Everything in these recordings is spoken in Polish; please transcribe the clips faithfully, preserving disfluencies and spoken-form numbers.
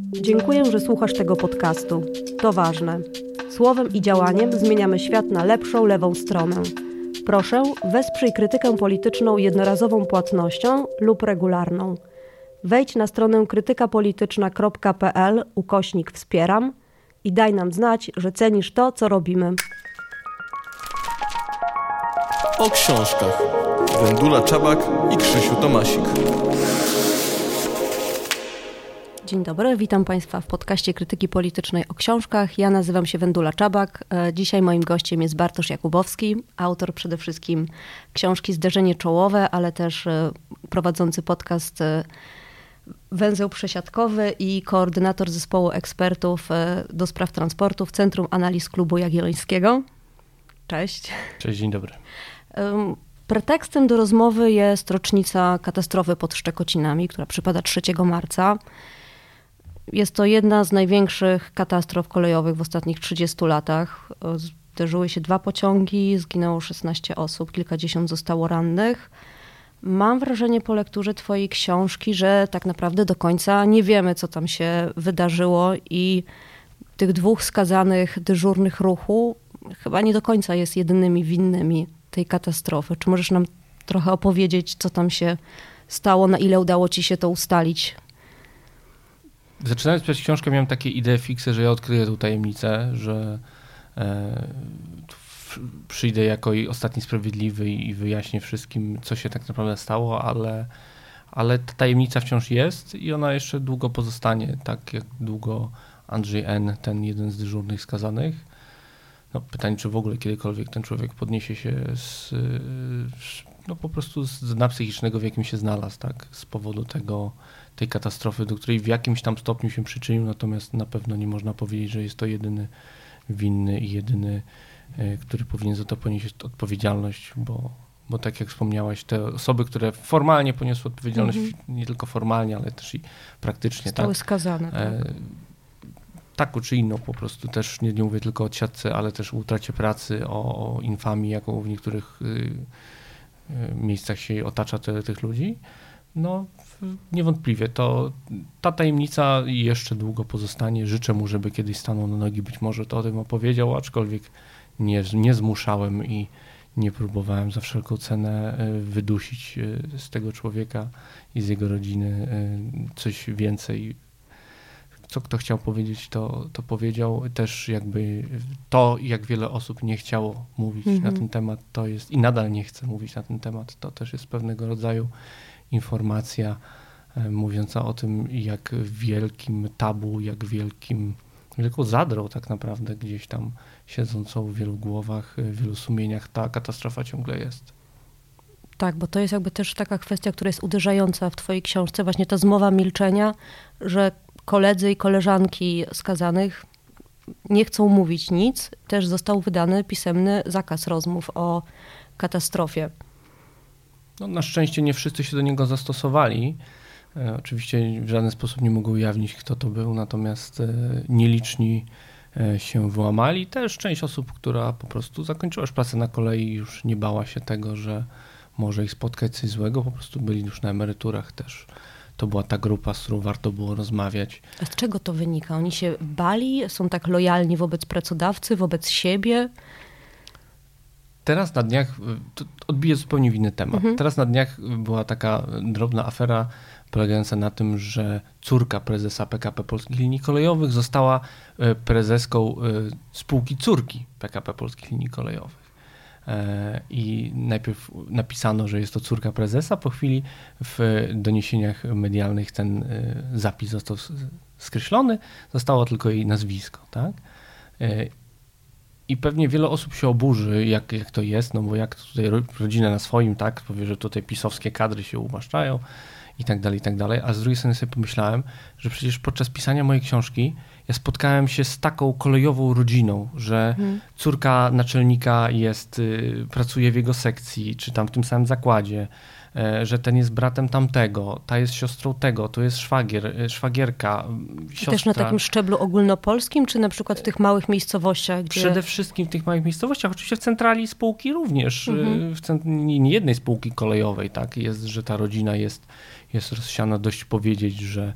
Dziękuję, że słuchasz tego podcastu. To ważne. Słowem i działaniem zmieniamy świat na lepszą, lewą stronę. Proszę, wesprzyj krytykę polityczną jednorazową płatnością lub regularną. Wejdź na stronę krytykapolityczna.pl ukośnik wspieram i daj nam znać, że cenisz to, co robimy. O książkach. Wendula Czabak i Krzysiu Tomasik. Dzień dobry, witam Państwa w podcaście Krytyki Politycznej o książkach. Ja nazywam się Wendula Czabak. Dzisiaj moim gościem jest Bartosz Jakubowski, autor przede wszystkim książki Zderzenie czołowe, ale też prowadzący podcast Węzeł Przesiadkowy i koordynator zespołu ekspertów do spraw transportu w Centrum Analiz Klubu Jagiellońskiego. Cześć. Cześć, dzień dobry. Pretekstem do rozmowy jest rocznica katastrofy pod Szczekocinami, która przypada trzeciego marca. Jest to jedna z największych katastrof kolejowych w ostatnich trzydziestu latach. Zderzyły się dwa pociągi, zginęło szesnaście osób, kilkadziesiąt zostało rannych. Mam wrażenie po lekturze twojej książki, że tak naprawdę do końca nie wiemy, co tam się wydarzyło i tych dwóch skazanych dyżurnych ruchu chyba nie do końca jest jedynymi winnymi tej katastrofy. Czy możesz nam trochę opowiedzieć, co tam się stało, na ile udało ci się to ustalić? Zaczynając pisać książkę, miałem takie idee fixe, że ja odkryję tę tajemnicę, że e, przyjdę jako ostatni sprawiedliwy i wyjaśnię wszystkim, co się tak naprawdę stało, ale, ale ta tajemnica wciąż jest i ona jeszcze długo pozostanie, tak jak długo Andrzej N., ten jeden z dyżurnych skazanych. No, pytanie, czy w ogóle kiedykolwiek ten człowiek podniesie się z, no, po prostu z dna psychicznego, w jakim się znalazł, tak, z powodu tego, tej katastrofy, do której w jakimś tam stopniu się przyczynił, natomiast na pewno nie można powiedzieć, że jest to jedyny winny i jedyny, który powinien za to ponieść odpowiedzialność, bo, bo tak jak wspomniałaś, te osoby, które formalnie poniosły odpowiedzialność, mm-hmm. nie tylko formalnie, ale też i praktycznie, zostały tak, skazane. Tak. E, taką czy inną po prostu, też nie, nie mówię tylko o odsiadce, ale też o utracie pracy, o, o infamii, jaką w niektórych y, y, miejscach się otacza te, tych ludzi. No niewątpliwie to ta tajemnica jeszcze długo pozostanie. Życzę mu, żeby kiedyś stanął na nogi, być może to o tym opowiedział, aczkolwiek nie, nie zmuszałem i nie próbowałem za wszelką cenę wydusić z tego człowieka i z jego rodziny coś więcej. Co kto chciał powiedzieć, to, to powiedział. Też jakby to, jak wiele osób nie chciało mówić mm-hmm. na ten temat, to jest i nadal nie chce mówić na ten temat, to też jest pewnego rodzaju informacja e, mówiąca o tym, jak wielkim tabu, jak wielkim, wielką zadrą tak naprawdę gdzieś tam siedzącą w wielu głowach, w wielu sumieniach ta katastrofa ciągle jest. Tak, bo to jest jakby też taka kwestia, która jest uderzająca w twojej książce, właśnie ta zmowa milczenia, że koledzy i koleżanki skazanych nie chcą mówić nic. Też został wydany pisemny zakaz rozmów o katastrofie. No, na szczęście nie wszyscy się do niego zastosowali. E, oczywiście w żaden sposób nie mogą ujawnić, kto to był, natomiast e, nieliczni e, się wyłamali. Też część osób, która po prostu zakończyła już pracę na kolei, już nie bała się tego, że może ich spotkać coś złego, po prostu byli już na emeryturach też. To była ta grupa, z którą warto było rozmawiać. A z czego to wynika? Oni się bali? Są tak lojalni wobec pracodawcy, wobec siebie? Teraz na dniach, to odbiję zupełnie w inny temat. Mhm. Teraz na dniach była taka drobna afera polegająca na tym, że córka prezesa P K P Polskich Linii Kolejowych została prezeską spółki córki P K P Polskich Linii Kolejowych. I najpierw napisano, że jest to córka prezesa, po chwili w doniesieniach medialnych ten zapis został skreślony, zostało tylko jej nazwisko, tak? I pewnie wiele osób się oburzy, jak, jak to jest, no bo jak tutaj rodzina na swoim, tak, powie, że tutaj pisowskie kadry się umaszczają i tak dalej, i tak dalej, a z drugiej strony sobie pomyślałem, że przecież podczas pisania mojej książki ja spotkałem się z taką kolejową rodziną, że hmm. córka naczelnika jest, y, pracuje w jego sekcji, czy tam w tym samym zakładzie, y, że ten jest bratem tamtego, ta jest siostrą tego, to jest szwagier, y, szwagierka, siostra. Też na takim szczeblu ogólnopolskim, czy na przykład w tych małych miejscowościach? Gdzie... Przede wszystkim w tych małych miejscowościach, oczywiście w centrali spółki również, mhm. w cent... nie jednej spółki kolejowej, tak, jest, że ta rodzina jest jest rozsiana, dość powiedzieć, że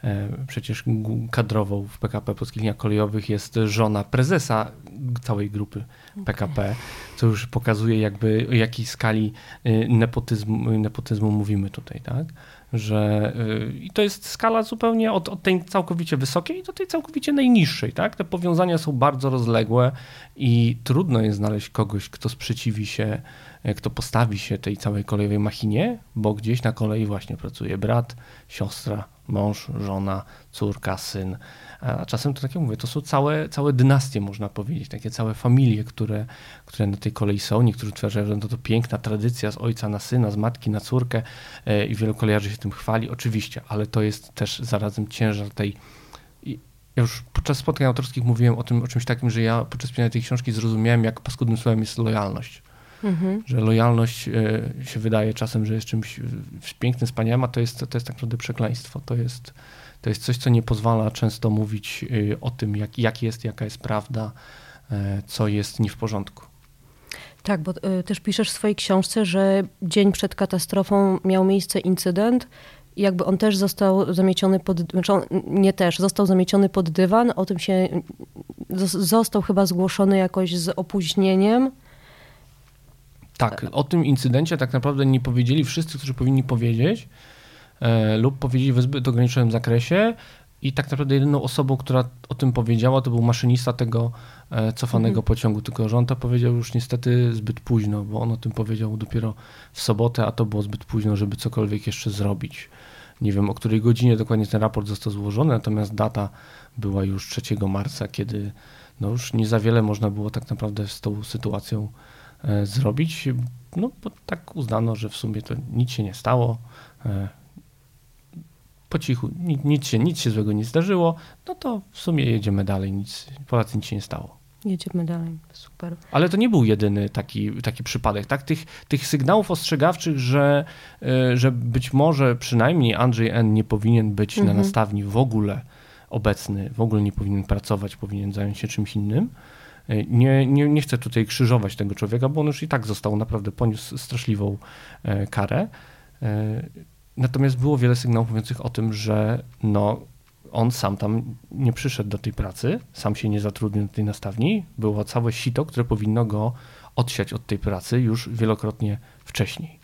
przecież kadrową w P K P Polskich Liniach Kolejowych jest żona prezesa całej grupy P K P, co już pokazuje jakby o jakiej skali nepotyzmu, nepotyzmu mówimy tutaj, tak? Że i to jest skala zupełnie od, od tej całkowicie wysokiej do tej całkowicie najniższej, tak? Te powiązania są bardzo rozległe i trudno jest znaleźć kogoś, kto sprzeciwi się, kto postawi się tej całej kolejowej machinie, bo gdzieś na kolei właśnie pracuje brat, siostra, mąż, żona, córka, syn. A czasem to tak jak mówię, to są całe, całe dynastie, można powiedzieć, takie całe familie, które, które na tej kolei są. Niektórzy twierdzą, że to, to piękna tradycja z ojca na syna, z matki na córkę i wielu kolejarzy się tym chwali. Oczywiście, ale to jest też zarazem ciężar tej... Ja już podczas spotkań autorskich mówiłem o tym, o czymś takim, że ja podczas pisania tej książki zrozumiałem, jak paskudnym słowem jest lojalność. Mhm. Że lojalność się wydaje czasem, że jest czymś pięknym, wspaniałym, a to jest, to jest tak naprawdę przekleństwo. To jest, to jest coś, co nie pozwala często mówić o tym, jak, jak jest, jaka jest prawda, co jest nie w porządku. Tak, bo też piszesz w swojej książce, że dzień przed katastrofą miał miejsce incydent i jakby on też został zamieciony pod, znaczy on nie też, został zamieciony pod dywan, o tym się został chyba zgłoszony jakoś z opóźnieniem. Tak, o tym incydencie tak naprawdę nie powiedzieli wszyscy, którzy powinni powiedzieć e, lub powiedzieli w zbyt ograniczonym zakresie i tak naprawdę jedyną osobą, która o tym powiedziała, to był maszynista tego e, cofanego mhm. pociągu, tylko że on to powiedział już niestety zbyt późno, bo on o tym powiedział dopiero w sobotę, a to było zbyt późno, żeby cokolwiek jeszcze zrobić. Nie wiem, o której godzinie dokładnie ten raport został złożony, natomiast data była już trzeciego marca, kiedy no już nie za wiele można było tak naprawdę z tą sytuacją zrobić, no bo tak uznano, że w sumie to nic się nie stało, po cichu, nic, nic, się, nic się złego nie zdarzyło, no to w sumie jedziemy dalej, nic, Polacy nic się nie stało. Jedziemy dalej, super. Ale to nie był jedyny taki, taki przypadek, tak? Tych, tych sygnałów ostrzegawczych, że, że być może przynajmniej Andrzej N. nie powinien być mhm. na nastawni w ogóle obecny, w ogóle nie powinien pracować, powinien zająć się czymś innym. Nie, nie, nie chcę tutaj krzyżować tego człowieka, bo on już i tak został, naprawdę poniósł straszliwą karę. Natomiast było wiele sygnałów mówiących o tym, że no, on sam tam nie przyszedł do tej pracy, sam się nie zatrudnił do tej nastawni. Było całe sito, które powinno go odsiać od tej pracy już wielokrotnie wcześniej.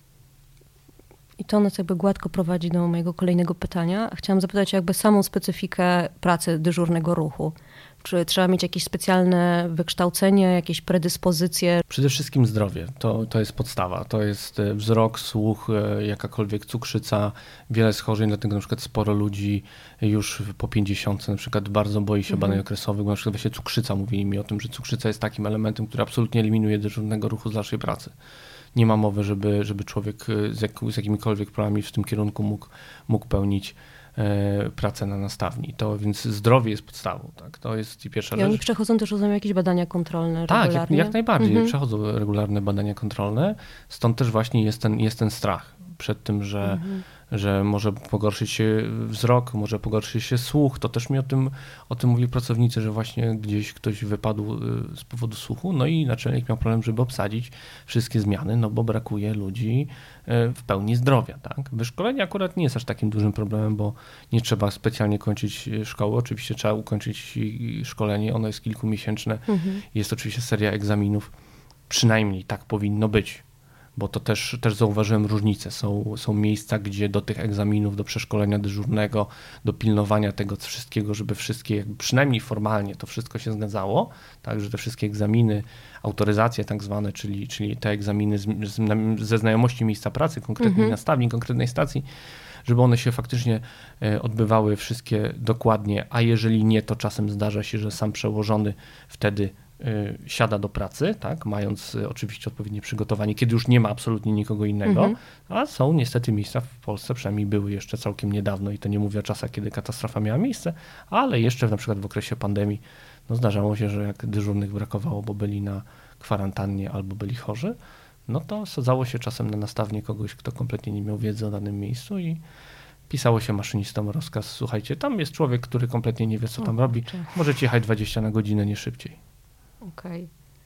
I to nas jakby gładko prowadzi do mojego kolejnego pytania. Chciałam zapytać jakby samą specyfikę pracy dyżurnego ruchu. Czy trzeba mieć jakieś specjalne wykształcenie, jakieś predyspozycje? Przede wszystkim zdrowie. To, to jest podstawa. To jest wzrok, słuch, jakakolwiek cukrzyca, wiele schorzeń, dlatego na przykład sporo ludzi już po pięćdziesiątce na przykład bardzo boi się mhm. badań okresowych, bo na przykład właśnie cukrzyca, mówili mi o tym, że cukrzyca jest takim elementem, który absolutnie eliminuje dyżurnego ruchu z dalszej pracy. Nie ma mowy, żeby, żeby człowiek z, jak, z jakimikolwiek problemami w tym kierunku mógł, mógł pełnić e, pracę na nastawni. To więc zdrowie jest podstawą. Tak? To jest pierwsza I rzecz. oni przechodzą też, rozumiem, jakieś badania kontrolne tak, regularnie? Tak, jak, jak najbardziej. Mhm. Przechodzą regularne badania kontrolne. Stąd też właśnie jest ten, jest ten strach przed tym, że, mhm. że może pogorszyć się wzrok, może pogorszyć się słuch. To też mi o tym, o tym mówili pracownicy, że właśnie gdzieś ktoś wypadł z powodu słuchu, no i naczelnik miał problem, żeby obsadzić wszystkie zmiany, no bo brakuje ludzi w pełni zdrowia. Tak? Wyszkolenie akurat nie jest aż takim dużym problemem, bo nie trzeba specjalnie kończyć szkoły. Oczywiście trzeba ukończyć szkolenie, ono jest kilkumiesięczne. Mhm. Jest oczywiście seria egzaminów. Przynajmniej tak powinno być. Bo to też, też zauważyłem różnice. Są, są miejsca, gdzie do tych egzaminów, do przeszkolenia dyżurnego, do pilnowania tego wszystkiego, żeby wszystkie, jakby przynajmniej formalnie to wszystko się zgadzało, tak, że te wszystkie egzaminy, autoryzacje tak zwane, czyli, czyli te egzaminy z, z, ze znajomości miejsca pracy, konkretnej mhm. nastawni, konkretnej stacji, żeby one się faktycznie odbywały wszystkie dokładnie, a jeżeli nie, to czasem zdarza się, że sam przełożony wtedy siada do pracy, tak, mając oczywiście odpowiednie przygotowanie, kiedy już nie ma absolutnie nikogo innego, mhm. a są niestety miejsca w Polsce, przynajmniej były jeszcze całkiem niedawno i to nie mówię o czasach, kiedy katastrofa miała miejsce, ale jeszcze na przykład w okresie pandemii no zdarzało się, że jak dyżurnych brakowało, bo byli na kwarantannie albo byli chorzy, no to sadzało się czasem na nastawnię kogoś, kto kompletnie nie miał wiedzy o danym miejscu i pisało się maszynistom rozkaz, słuchajcie, tam jest człowiek, który kompletnie nie wie, co tam o, robi, możecie jechać dwadzieścia na godzinę, nie szybciej. Okej.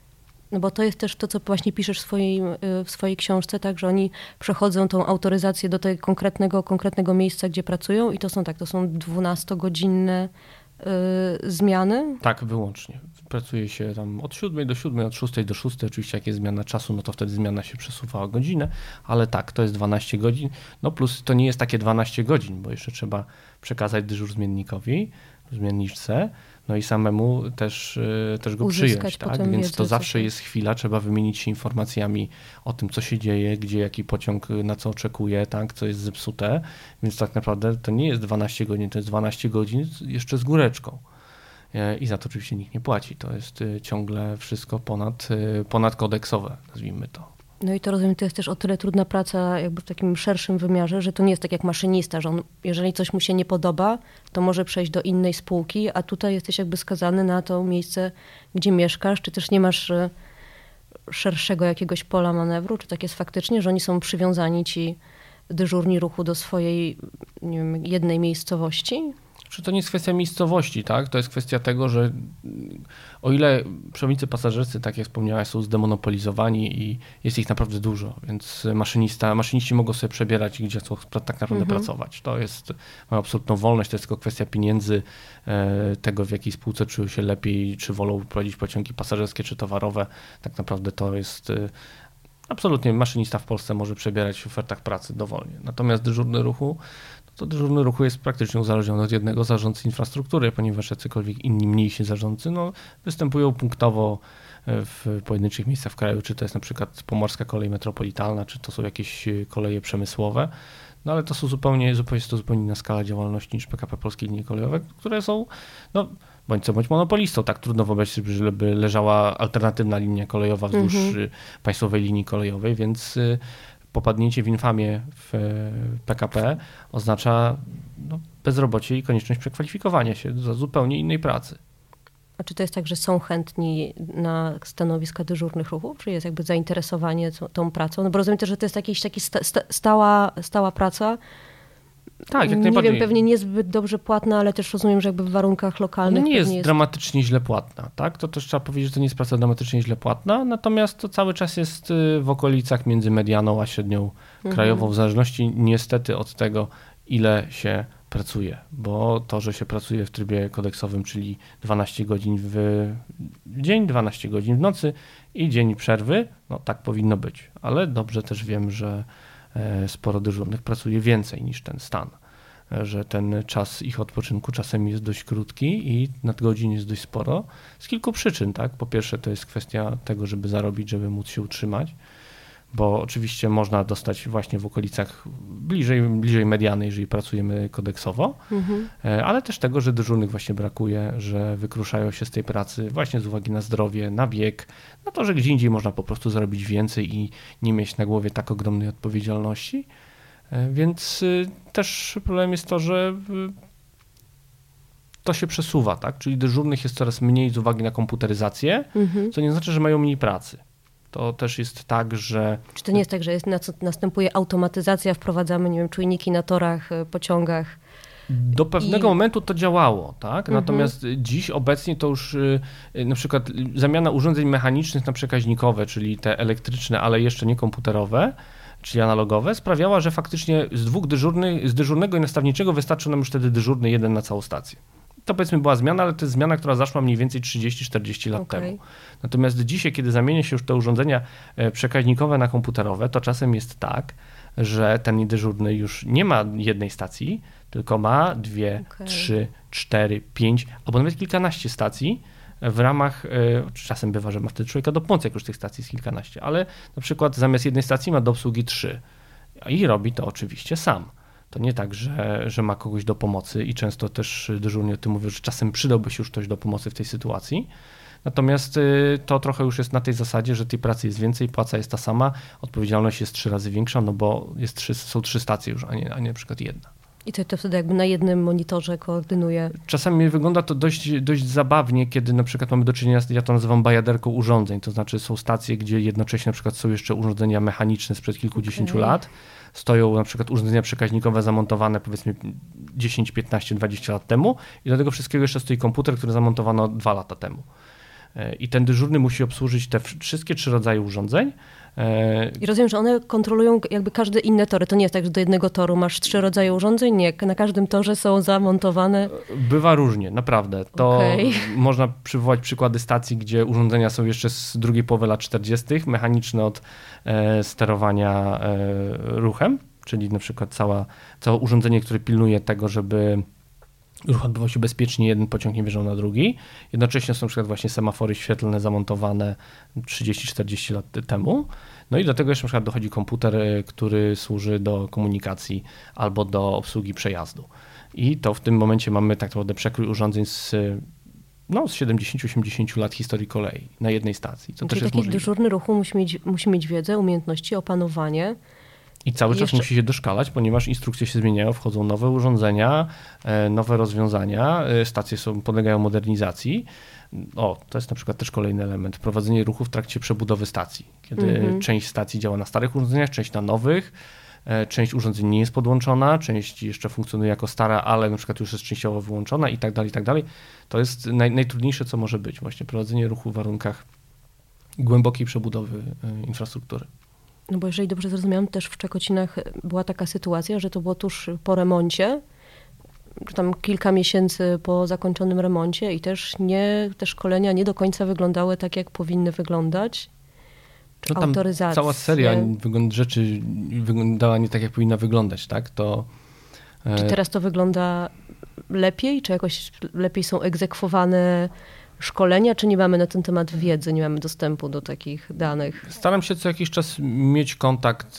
No bo to jest też to, co właśnie piszesz w swojej, w swojej książce, tak, że oni przechodzą tą autoryzację do tego konkretnego, konkretnego miejsca, gdzie pracują i to są tak, to są dwunastogodzinne y, zmiany? Tak, wyłącznie. Pracuje się tam od siódmej do siódmej, od szóstej do szóstej. Oczywiście jak jest zmiana czasu, no to wtedy zmiana się przesuwa o godzinę, ale tak, to jest dwanaście godzin. No plus to nie jest takie dwanaście godzin, bo jeszcze trzeba przekazać dyżur zmiennikowi, zmienniczce, no i samemu też, też go Uzyskać przyjąć, tak? potem Więc wiedzę, to co zawsze się- jest chwila, trzeba wymienić się informacjami o tym, co się dzieje, gdzie jaki pociąg na co oczekuje, tak? Co jest zepsute, więc tak naprawdę to nie jest dwanaście godzin, to jest dwanaście godzin jeszcze z góreczką. I za to oczywiście nikt nie płaci. To jest ciągle wszystko ponad, ponadkodeksowe, nazwijmy to. No i to rozumiem, to jest też o tyle trudna praca jakby w takim szerszym wymiarze, że to nie jest tak jak maszynista, że on, jeżeli coś mu się nie podoba, to może przejść do innej spółki, a tutaj jesteś jakby skazany na to miejsce, gdzie mieszkasz, czy też nie masz e, szerszego jakiegoś pola manewru, czy tak jest faktycznie, że oni są przywiązani ci dyżurni ruchu do swojej, nie wiem, jednej miejscowości? Czy to nie jest kwestia miejscowości, tak? To jest kwestia tego, że o ile przewoźnicy pasażerscy, tak jak wspomniałeś, są zdemonopolizowani i jest ich naprawdę dużo, więc maszynista, maszyniści mogą sobie przebierać, gdzie chcą tak naprawdę mhm. pracować. To jest, mają absolutną wolność, to jest tylko kwestia pieniędzy, tego w jakiej spółce czują się lepiej, czy wolą prowadzić pociągi pasażerskie, czy towarowe. Tak naprawdę to jest... Absolutnie maszynista w Polsce może przebierać w ofertach pracy dowolnie. Natomiast dyżurny ruchu, no to dyżurny ruchu jest praktycznie uzależniony od jednego zarządcy infrastruktury, ponieważ jacykolwiek inni mniejsi zarządcy no, występują punktowo w pojedynczych miejscach w kraju, czy to jest na przykład Pomorska Kolej Metropolitalna, czy to są jakieś koleje przemysłowe, no ale to są zupełnie, zupełnie, jest to zupełnie inna skala działalności niż P K P Polskie Linie Kolejowe, które są, no bądź co bądź monopolistą, tak trudno wyobrazić sobie, żeby leżała alternatywna linia kolejowa wzdłuż mhm. państwowej linii kolejowej, więc popadnięcie w infamię w P K P oznacza no, bezrobocie i konieczność przekwalifikowania się do zupełnie innej pracy. A czy to jest tak, że są chętni na stanowiska dyżurnych ruchów? Czy jest jakby zainteresowanie tą, tą pracą? No bo rozumiem też, że to jest jakiś taki sta, sta, stała, stała praca. Tak, jak nie najbardziej. wiem, pewnie niezbyt dobrze płatna, ale też rozumiem, że jakby w warunkach lokalnych nie jest, jest dramatycznie źle płatna, tak? To też trzeba powiedzieć, że to nie jest praca dramatycznie źle płatna, natomiast to cały czas jest w okolicach między medianą a średnią mhm. krajową, w zależności niestety od tego, ile się pracuje, bo to, że się pracuje w trybie kodeksowym, czyli dwanaście godzin w dzień, dwanaście godzin w nocy i dzień przerwy, no tak powinno być, ale dobrze też wiem, że sporo dyżurnych pracuje więcej niż ten stan, że ten czas ich odpoczynku czasem jest dość krótki i nadgodzin jest dość sporo z kilku przyczyn, tak? Po pierwsze to jest kwestia tego, żeby zarobić, żeby móc się utrzymać, bo oczywiście można dostać właśnie w okolicach bliżej, bliżej mediany, jeżeli pracujemy kodeksowo, mhm. ale też tego, że dyżurnych właśnie brakuje, że wykruszają się z tej pracy właśnie z uwagi na zdrowie, na wiek, na to, że gdzie indziej można po prostu zarobić więcej i nie mieć na głowie tak ogromnej odpowiedzialności. Więc też problem jest to, że to się przesuwa, tak? Czyli dyżurnych jest coraz mniej z uwagi na komputeryzację, mhm. co nie znaczy, że mają mniej pracy. To też jest tak, że... Czy to nie jest tak, że jest, następuje automatyzacja, wprowadzamy, nie wiem, czujniki na torach, pociągach? Do pewnego I... momentu to działało, tak? Mhm. Natomiast dziś obecnie to już na przykład zamiana urządzeń mechanicznych na przekaźnikowe, czyli te elektryczne, ale jeszcze nie komputerowe, czyli analogowe, sprawiała, że faktycznie z dwóch dyżurnych, z dyżurnego i nastawniczego wystarczył nam już wtedy dyżurny jeden na całą stację. To powiedzmy była zmiana, ale to jest zmiana, która zaszła mniej więcej trzydzieści czterdzieści lat okay. temu. Natomiast dzisiaj, kiedy zamienia się już te urządzenia przekaźnikowe na komputerowe, to czasem jest tak, że ten dyżurny już nie ma jednej stacji, tylko ma dwie, okay. trzy, cztery, pięć, albo nawet kilkanaście stacji w ramach, czasem bywa, że ma wtedy człowieka do pomocy, jak już tych stacji jest kilkanaście, ale na przykład zamiast jednej stacji ma do obsługi trzy i robi to oczywiście sam. To nie tak, że, że ma kogoś do pomocy i często też dyżurni o tym mówią, że czasem przydałby się już ktoś do pomocy w tej sytuacji. Natomiast to trochę już jest na tej zasadzie, że tej pracy jest więcej, płaca jest ta sama, odpowiedzialność jest trzy razy większa, no bo jest trzy, są trzy stacje już, a nie, a nie na przykład jedna. I to, to wtedy jakby na jednym monitorze koordynuje? Czasami wygląda to dość, dość zabawnie, kiedy na przykład mamy do czynienia, ja to nazywam bajaderką urządzeń, to znaczy są stacje, gdzie jednocześnie na przykład są jeszcze urządzenia mechaniczne sprzed kilkudziesięciu okay. lat, stoją na przykład urządzenia przekaźnikowe zamontowane powiedzmy dziesięć, piętnaście, dwadzieścia lat temu i do tego wszystkiego jeszcze stoi komputer, który zamontowano dwa lata temu. I ten dyżurny musi obsłużyć te wszystkie trzy rodzaje urządzeń. I rozumiem, że one kontrolują jakby każde inne tory. To nie jest tak, że do jednego toru masz trzy rodzaje urządzeń. Nie, na każdym torze są zamontowane. Bywa różnie, naprawdę. To okay. Można przywołać przykłady stacji, gdzie urządzenia są jeszcze z drugiej połowy lat czterdziestych, mechaniczne od e, sterowania e, ruchem, czyli na przykład cała, całe urządzenie, które pilnuje tego, żeby ruch odbywał się bezpiecznie, jeden pociąg nie wjeżdżał na drugi. Jednocześnie są na przykład właśnie semafory świetlne zamontowane trzydzieści czterdzieści lat temu. No i do tego jeszcze na przykład dochodzi komputer, który służy do komunikacji albo do obsługi przejazdu. I to w tym momencie mamy tak naprawdę przekrój urządzeń z, no, z siedemdziesiąt osiemdziesiąt lat historii kolei na jednej stacji. Co Czyli też jest taki możliwe. dyżurny ruchu musi mieć, musi mieć wiedzę, umiejętności, opanowanie. I cały I czas jeszcze... musi się doszkalać, ponieważ instrukcje się zmieniają, wchodzą nowe urządzenia, nowe rozwiązania, stacje są, podlegają modernizacji. O, to jest na przykład też kolejny element, prowadzenie ruchu w trakcie przebudowy stacji, kiedy mm-hmm. część stacji działa na starych urządzeniach, część na nowych, część urządzeń nie jest podłączona, część jeszcze funkcjonuje jako stara, ale na przykład już jest częściowo wyłączona i tak dalej, i tak dalej. To jest naj, najtrudniejsze, co może być, właśnie prowadzenie ruchu w warunkach głębokiej przebudowy infrastruktury. No bo jeżeli dobrze zrozumiałam, też w Czekocinach była taka sytuacja, że to było tuż po remoncie, czy tam kilka miesięcy po zakończonym remoncie i też nie, te szkolenia nie do końca wyglądały tak, jak powinny wyglądać. No tam autoryzacje. Cała seria rzeczy wyglądała nie tak, jak powinna wyglądać, tak? To... Czy teraz to wygląda lepiej? Czy jakoś lepiej są egzekwowane szkolenia, czy nie mamy na ten temat wiedzy, nie mamy dostępu do takich danych? Staram się co jakiś czas mieć kontakt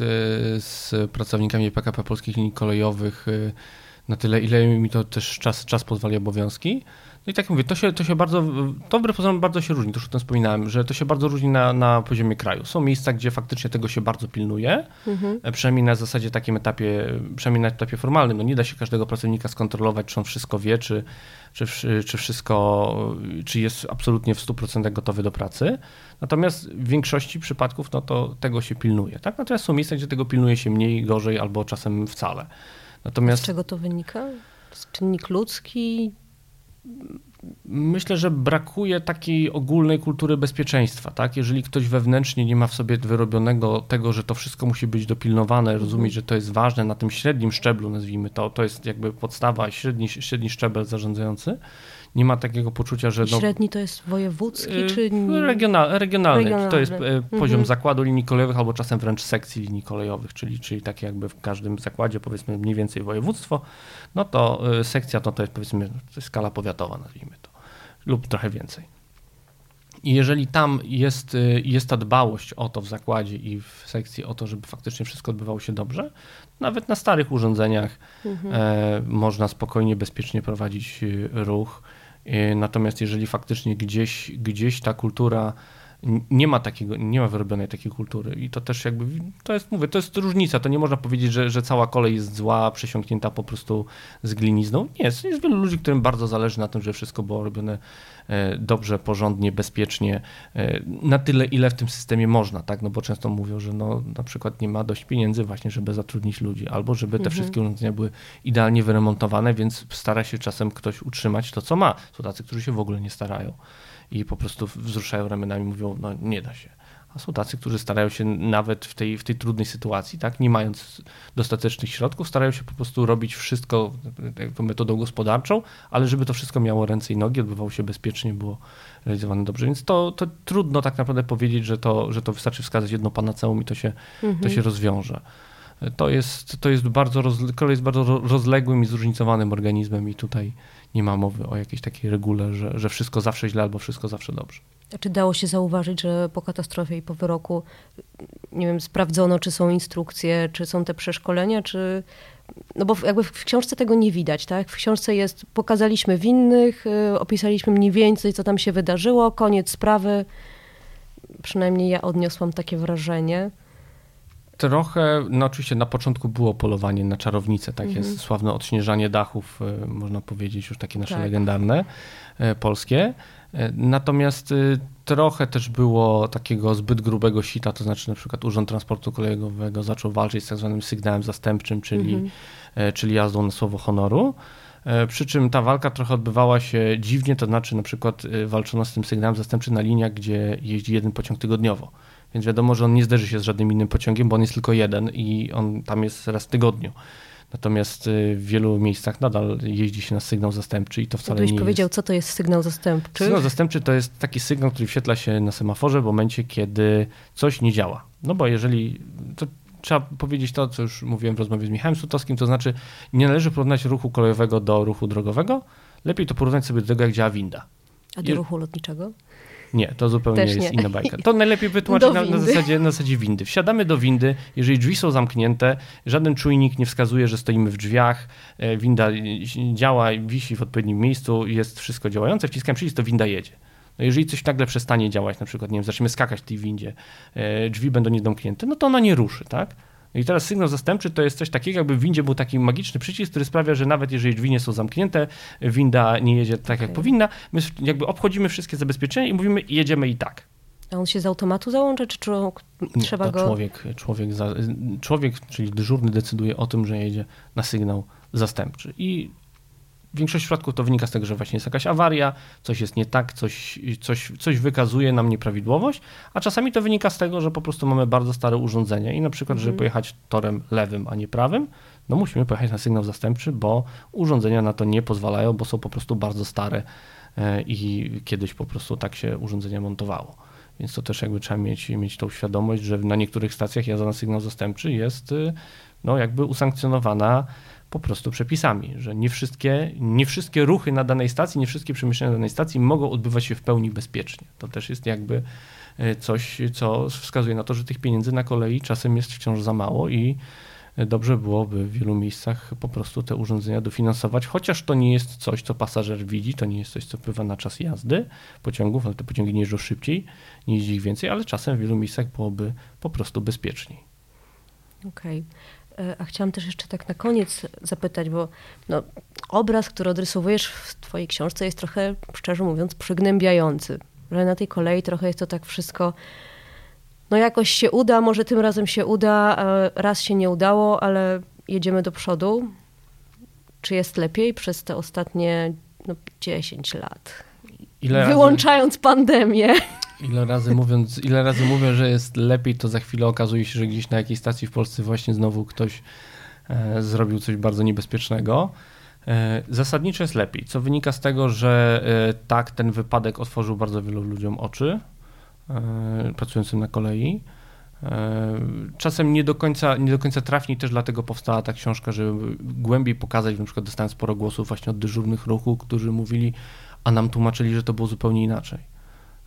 z pracownikami P K P Polskich Linii Kolejowych na tyle, ile mi to też czas, czas pozwala, obowiązki. No i tak jak mówię, to się, to się bardzo, to wbrew pozorom bardzo się różni, to już o tym wspominałem, że to się bardzo różni na, na poziomie kraju. Są miejsca, gdzie faktycznie tego się bardzo pilnuje, mhm. przynajmniej na zasadzie takim etapie, przynajmniej na etapie formalnym. No nie da się każdego pracownika skontrolować, czy on wszystko wie, czy, czy, czy wszystko, czy jest absolutnie w stu procentach gotowy do pracy. Natomiast w większości przypadków no to tego się pilnuje. Tak? Natomiast są miejsca, gdzie tego pilnuje się mniej, gorzej albo czasem wcale. Natomiast... Z czego to wynika? Z czynnik ludzki? Myślę, że brakuje takiej ogólnej kultury bezpieczeństwa. Tak? Jeżeli ktoś wewnętrznie nie ma w sobie wyrobionego tego, że to wszystko musi być dopilnowane, mhm. rozumieć, że to jest ważne na tym średnim szczeblu, nazwijmy to, to jest jakby podstawa, średni, średni szczebel zarządzający, nie ma takiego poczucia, że... No, średni to jest wojewódzki czy... Regional, regionalny. regionalny. To jest poziom mhm. zakładu linii kolejowych albo czasem wręcz sekcji linii kolejowych, czyli, czyli tak jakby w każdym zakładzie powiedzmy mniej więcej województwo, no to sekcja to, to jest powiedzmy to jest skala powiatowa, nazwijmy to, lub trochę więcej. I jeżeli tam jest, jest ta dbałość o to w zakładzie i w sekcji, o to, żeby faktycznie wszystko odbywało się dobrze, nawet na starych urządzeniach mhm. e, można spokojnie, bezpiecznie prowadzić ruch. Natomiast jeżeli faktycznie gdzieś, gdzieś ta kultura nie ma takiego, nie ma wyrobionej takiej kultury i to też jakby, to jest, mówię, to jest różnica, to nie można powiedzieć, że, że cała kolej jest zła, przesiąknięta po prostu z glinizną. Nie, jest, jest wielu ludzi, którym bardzo zależy na tym, żeby wszystko było robione dobrze, porządnie, bezpiecznie, na tyle, ile w tym systemie można, tak, no bo często mówią, że no na przykład nie ma dość pieniędzy właśnie, żeby zatrudnić ludzi, albo żeby te mhm. wszystkie urządzenia były idealnie wyremontowane, więc stara się czasem ktoś utrzymać to, co ma. Są tacy, którzy się w ogóle nie starają i po prostu wzruszają ramionami, mówią, no nie da się. A są tacy, którzy starają się nawet w tej, w tej trudnej sytuacji, tak, nie mając dostatecznych środków, starają się po prostu robić wszystko tą metodą gospodarczą, ale żeby to wszystko miało ręce i nogi, odbywało się bezpiecznie, było realizowane dobrze. Więc to, to trudno tak naprawdę powiedzieć, że to, że to wystarczy wskazać jedno panaceum i to się, mhm. to się rozwiąże. To jest, to jest bardzo, kolej jest bardzo rozległym i zróżnicowanym organizmem i tutaj nie ma mowy o jakiejś takiej regule, że, że wszystko zawsze źle albo wszystko zawsze dobrze. A czy dało się zauważyć, że po katastrofie i po wyroku, nie wiem, sprawdzono, czy są instrukcje, czy są te przeszkolenia, czy... No bo jakby w książce tego nie widać, tak? W książce jest, pokazaliśmy winnych, opisaliśmy mniej więcej, co tam się wydarzyło, koniec sprawy. Przynajmniej ja odniosłam takie wrażenie. Trochę, no oczywiście na początku było polowanie na czarownicę, tak mhm. jest sławne odśnieżanie dachów, można powiedzieć, już takie nasze tak. legendarne, polskie. Natomiast trochę też było takiego zbyt grubego sita, to znaczy na przykład Urząd Transportu Kolejowego zaczął walczyć z tak zwanym sygnałem zastępczym, czyli, mhm. czyli jazdą na słowo honoru. Przy czym ta walka trochę odbywała się dziwnie, to znaczy na przykład walczono z tym sygnałem zastępczym na liniach, gdzie jeździ jeden pociąg tygodniowo. Więc wiadomo, że on nie zderzy się z żadnym innym pociągiem, bo on jest tylko jeden i on tam jest raz w tygodniu. Natomiast w wielu miejscach nadal jeździ się na sygnał zastępczy i to wcale nie jest... powiedział, co to jest sygnał zastępczy? Sygnał zastępczy to jest taki sygnał, który wyświetla się na semaforze w momencie, kiedy coś nie działa. No bo jeżeli... To trzeba powiedzieć to, co już mówiłem w rozmowie z Michałem Sutowskim, to znaczy nie należy porównać ruchu kolejowego do ruchu drogowego. Lepiej to porównać sobie do tego, jak działa winda. A do I... ruchu lotniczego? Nie, to zupełnie Też jest nie. inna bajka. To najlepiej wytłumaczyć na, na, zasadzie, na zasadzie windy. Wsiadamy do windy, jeżeli drzwi są zamknięte, żaden czujnik nie wskazuje, że stoimy w drzwiach, winda działa, wisi w odpowiednim miejscu, jest wszystko działające, wciskam przycisk, to winda jedzie. No jeżeli coś nagle przestanie działać, na przykład, nie wiem, zaczniemy skakać w tej windzie, drzwi będą niedomknięte, no to ona nie ruszy, tak? I teraz sygnał zastępczy to jest coś takiego, jakby w windzie był taki magiczny przycisk, który sprawia, że nawet jeżeli drzwi nie są zamknięte, winda nie jedzie tak, jak okay. powinna, my jakby obchodzimy wszystkie zabezpieczenia i mówimy, jedziemy i tak. A on się z automatu załącza, czy trzeba nie, to go... Człowiek, człowiek, za, człowiek, czyli dyżurny decyduje o tym, że jedzie na sygnał zastępczy. I większość przypadków to wynika z tego, że właśnie jest jakaś awaria, coś jest nie tak, coś, coś, coś wykazuje nam nieprawidłowość, a czasami to wynika z tego, że po prostu mamy bardzo stare urządzenie i na przykład, mhm. żeby pojechać torem lewym, a nie prawym, no musimy pojechać na sygnał zastępczy, bo urządzenia na to nie pozwalają, bo są po prostu bardzo stare i kiedyś po prostu tak się urządzenie montowało. Więc to też jakby trzeba mieć, mieć tą świadomość, że na niektórych stacjach jazda na sygnał zastępczy jest no jakby usankcjonowana po prostu przepisami, że nie wszystkie, nie wszystkie ruchy na danej stacji, nie wszystkie przemieszczenia na danej stacji mogą odbywać się w pełni bezpiecznie. To też jest jakby coś, co wskazuje na to, że tych pieniędzy na kolei czasem jest wciąż za mało i dobrze byłoby w wielu miejscach po prostu te urządzenia dofinansować, chociaż to nie jest coś, co pasażer widzi, to nie jest coś, co wpływa na czas jazdy pociągów, ale te pociągi nie jeżdżą szybciej, nie jeździ ich więcej, ale czasem w wielu miejscach byłoby po prostu bezpieczniej. Okej. Okay. A chciałam też jeszcze tak na koniec zapytać, bo no, obraz, który odrysowujesz w twojej książce jest trochę, szczerze mówiąc, przygnębiający. Że na tej kolei trochę jest to tak wszystko, no jakoś się uda, może tym razem się uda, raz się nie udało, ale jedziemy do przodu. Czy jest lepiej przez te ostatnie no, dziesięć lat? Ile Wyłączając razy... pandemię. Ile razy mówiąc, ile razy mówię, że jest lepiej, to za chwilę okazuje się, że gdzieś na jakiejś stacji w Polsce właśnie znowu ktoś e, zrobił coś bardzo niebezpiecznego. E, zasadniczo jest lepiej, co wynika z tego, że e, tak, ten wypadek otworzył bardzo wielu ludziom oczy, e, pracującym na kolei. E, czasem nie do końca, nie do końca trafnie, też dlatego powstała ta książka, żeby głębiej pokazać, na przykład dostałem sporo głosów właśnie od dyżurnych ruchu, którzy mówili, a nam tłumaczyli, że to było zupełnie inaczej.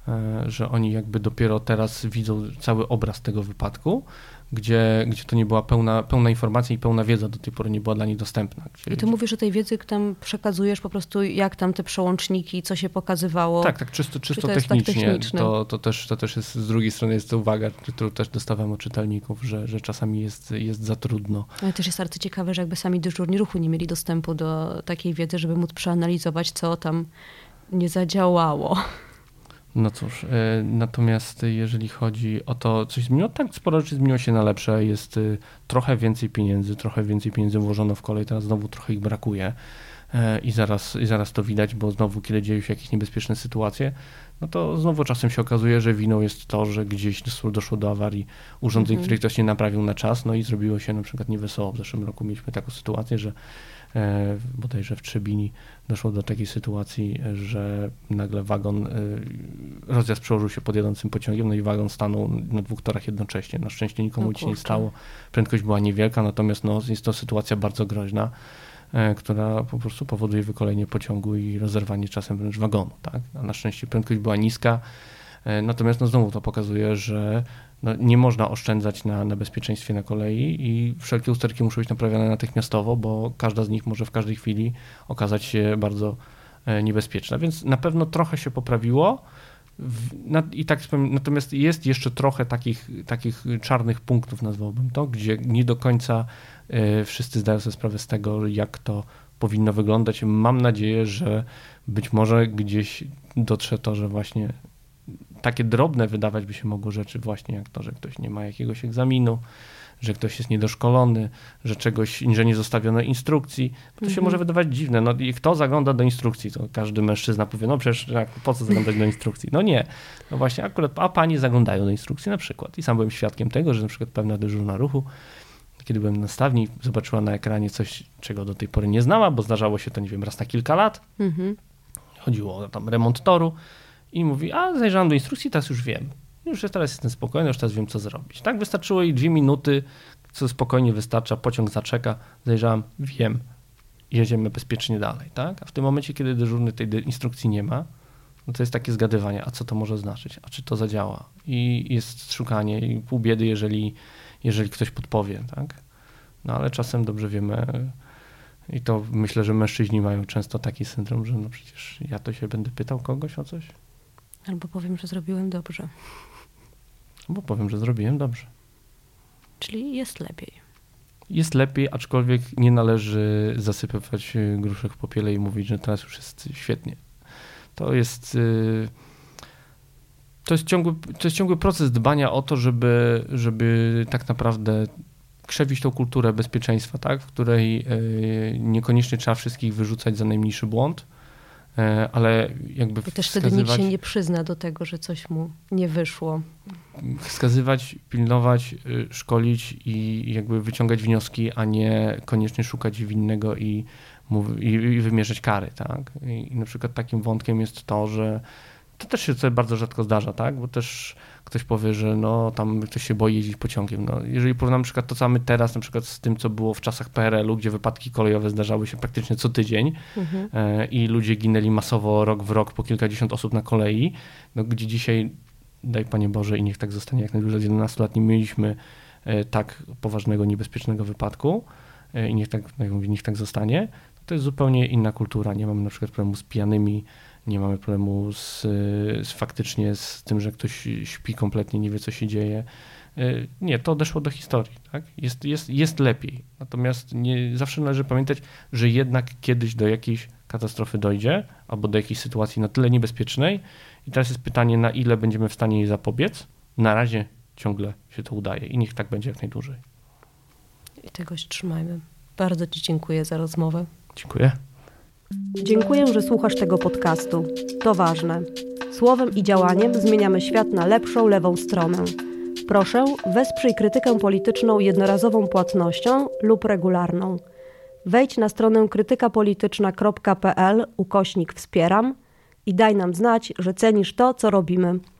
Że oni jakby dopiero teraz widzą cały obraz tego wypadku, gdzie, gdzie to nie była pełna, pełna informacja i pełna wiedza do tej pory nie była dla nich dostępna. Gdzie, I ty mówisz o tej wiedzy, tam przekazujesz po prostu, jak tam te przełączniki, co się pokazywało. Tak, tak, czysto, czysto to technicznie. Tak to, to, też, to też jest, z drugiej strony jest to uwaga, którą też dostawałem od czytelników, że, że czasami jest, jest za trudno. Ale też jest arcyciekawe, że jakby sami dyżurni ruchu nie mieli dostępu do takiej wiedzy, żeby móc przeanalizować, co tam nie zadziałało. No cóż, natomiast jeżeli chodzi o to, coś zmieniło, tak sporo rzeczy zmieniło się na lepsze, jest trochę więcej pieniędzy, trochę więcej pieniędzy włożono w kolej, teraz znowu trochę ich brakuje i zaraz, i zaraz to widać, bo znowu kiedy dzieją się jakieś niebezpieczne sytuacje, no to znowu czasem się okazuje, że winą jest to, że gdzieś doszło, doszło do awarii urządzeń, mm-hmm. których ktoś nie naprawił na czas, no i zrobiło się na przykład niewesoło. W zeszłym roku mieliśmy taką sytuację, że e, bodajże w Trzebini doszło do takiej sytuacji, że nagle wagon, e, rozjazd przełożył się pod jadącym pociągiem, no i wagon stanął na dwóch torach jednocześnie. Na szczęście nikomu nic się nie stało, prędkość była niewielka, natomiast no, jest to sytuacja bardzo groźna, e, która po prostu powoduje wykolenie pociągu i rozerwanie czasem wręcz wagonu. Tak? A na szczęście prędkość była niska, e, natomiast no, znowu to pokazuje, że no, nie można oszczędzać na, na bezpieczeństwie na kolei i wszelkie usterki muszą być naprawiane natychmiastowo, bo każda z nich może w każdej chwili okazać się bardzo e, niebezpieczna. Więc na pewno trochę się poprawiło. W, na, i tak, natomiast jest jeszcze trochę takich, takich czarnych punktów, nazwałbym to, gdzie nie do końca e, wszyscy zdają sobie sprawę z tego, jak to powinno wyglądać. Mam nadzieję, że być może gdzieś dotrze to, że właśnie takie drobne wydawać by się mogło rzeczy właśnie jak to, że ktoś nie ma jakiegoś egzaminu że ktoś jest niedoszkolony, że czegoś, że nie zostawiono instrukcji. To mhm. się może wydawać dziwne. No i kto zagląda do instrukcji? To każdy mężczyzna powie, no przecież po co zaglądać do instrukcji? No nie. No właśnie akurat, a panie zaglądają do instrukcji na przykład. I sam byłem świadkiem tego, że na przykład pewna dyżurna ruchu, kiedy byłem na stawni, zobaczyła na ekranie coś, czego do tej pory nie znała, bo zdarzało się to, nie wiem, raz na kilka lat. Mhm. Chodziło o tam remont toru i mówi, a zajrzałam do instrukcji, teraz już wiem. Już jest, teraz jestem spokojny, już teraz wiem, co zrobić. Tak wystarczyło jej dwie minuty, co spokojnie wystarcza, pociąg zaczeka, zajrzałam, wiem, jedziemy bezpiecznie dalej, tak? A w tym momencie, kiedy dyżurny tej instrukcji nie ma, no to jest takie zgadywanie, a co to może znaczyć, a czy to zadziała? I jest szukanie i pół biedy, jeżeli, jeżeli ktoś podpowie, tak? No ale czasem dobrze wiemy i to myślę, że mężczyźni mają często taki syndrom, że no przecież ja to się będę pytał kogoś o coś. Albo powiem, że zrobiłem dobrze. Albo powiem, że zrobiłem dobrze. Czyli jest lepiej. Jest lepiej, aczkolwiek nie należy zasypywać gruszek w popiele i mówić, że teraz już jest świetnie. To jest, to jest, ciągły, to jest ciągły proces dbania o to, żeby, żeby tak naprawdę krzewić tą kulturę bezpieczeństwa, tak? W której niekoniecznie trzeba wszystkich wyrzucać za najmniejszy błąd, ale jakby I też wtedy nikt się nie przyzna do tego, że coś mu nie wyszło. Wskazywać, pilnować, szkolić i jakby wyciągać wnioski, a nie koniecznie szukać winnego i, i, i wymierzać kary, tak? I, I na przykład takim wątkiem jest to, że to też się sobie bardzo rzadko zdarza, tak? Bo też ktoś powie, że no tam ktoś się boi jeździć pociągiem. No, jeżeli porównamy na przykład to, co mamy teraz, na przykład z tym, co było w czasach P R L u, gdzie wypadki kolejowe zdarzały się praktycznie co tydzień mhm. i ludzie ginęli masowo rok w rok po kilkadziesiąt osób na kolei, no, gdzie dzisiaj, daj Panie Boże i niech tak zostanie jak najdłużej, od jedenastu lat nie mieliśmy tak poważnego, niebezpiecznego wypadku i niech tak, jak mówię, niech tak zostanie, to jest zupełnie inna kultura. Nie mamy na przykład problemu z pijanymi, nie mamy problemu z, z faktycznie z tym, że ktoś śpi kompletnie, nie wie, co się dzieje. Nie, to odeszło do historii. Tak? Jest, jest, jest lepiej. Natomiast nie, zawsze należy pamiętać, że jednak kiedyś do jakiejś katastrofy dojdzie albo do jakiejś sytuacji na tyle niebezpiecznej i teraz jest pytanie, na ile będziemy w stanie jej zapobiec. Na razie ciągle się to udaje i niech tak będzie jak najdłużej. I tego się trzymajmy. Bardzo Ci dziękuję za rozmowę. Dziękuję. Dziękuję, że słuchasz tego podcastu. To ważne. Słowem i działaniem zmieniamy świat na lepszą, lewą stronę. Proszę, wesprzyj krytykę polityczną jednorazową płatnością lub regularną. Wejdź na stronę krytykapolityczna kropka p l ukośnik wspieram i daj nam znać, że cenisz to, co robimy.